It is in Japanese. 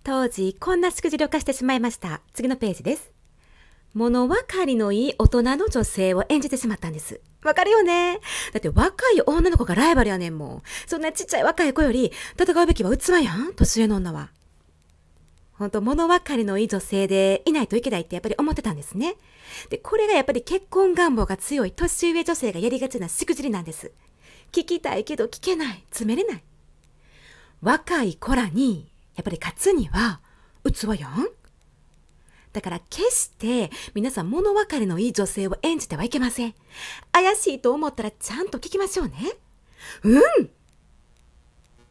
当時こんなしくじりを犯してしまいました。次のページです。物分かりのいい大人の女性を演じてしまったんです。わかるよね。だって若い女の子がライバルやねんもん。そんなちっちゃい若い子より戦うべきは器やん、年上の女は。ほんと物分かりのいい女性でいないといけないってやっぱり思ってたんですね。で、これがやっぱり結婚願望が強い年上女性がやりがちなしくじりなんです。聞きたいけど聞けない、詰めれない。若い子らにやっぱり勝つには器やん。だから決して皆さん物分かりのいい女性を演じてはいけません。怪しいと思ったらちゃんと聞きましょうね。うん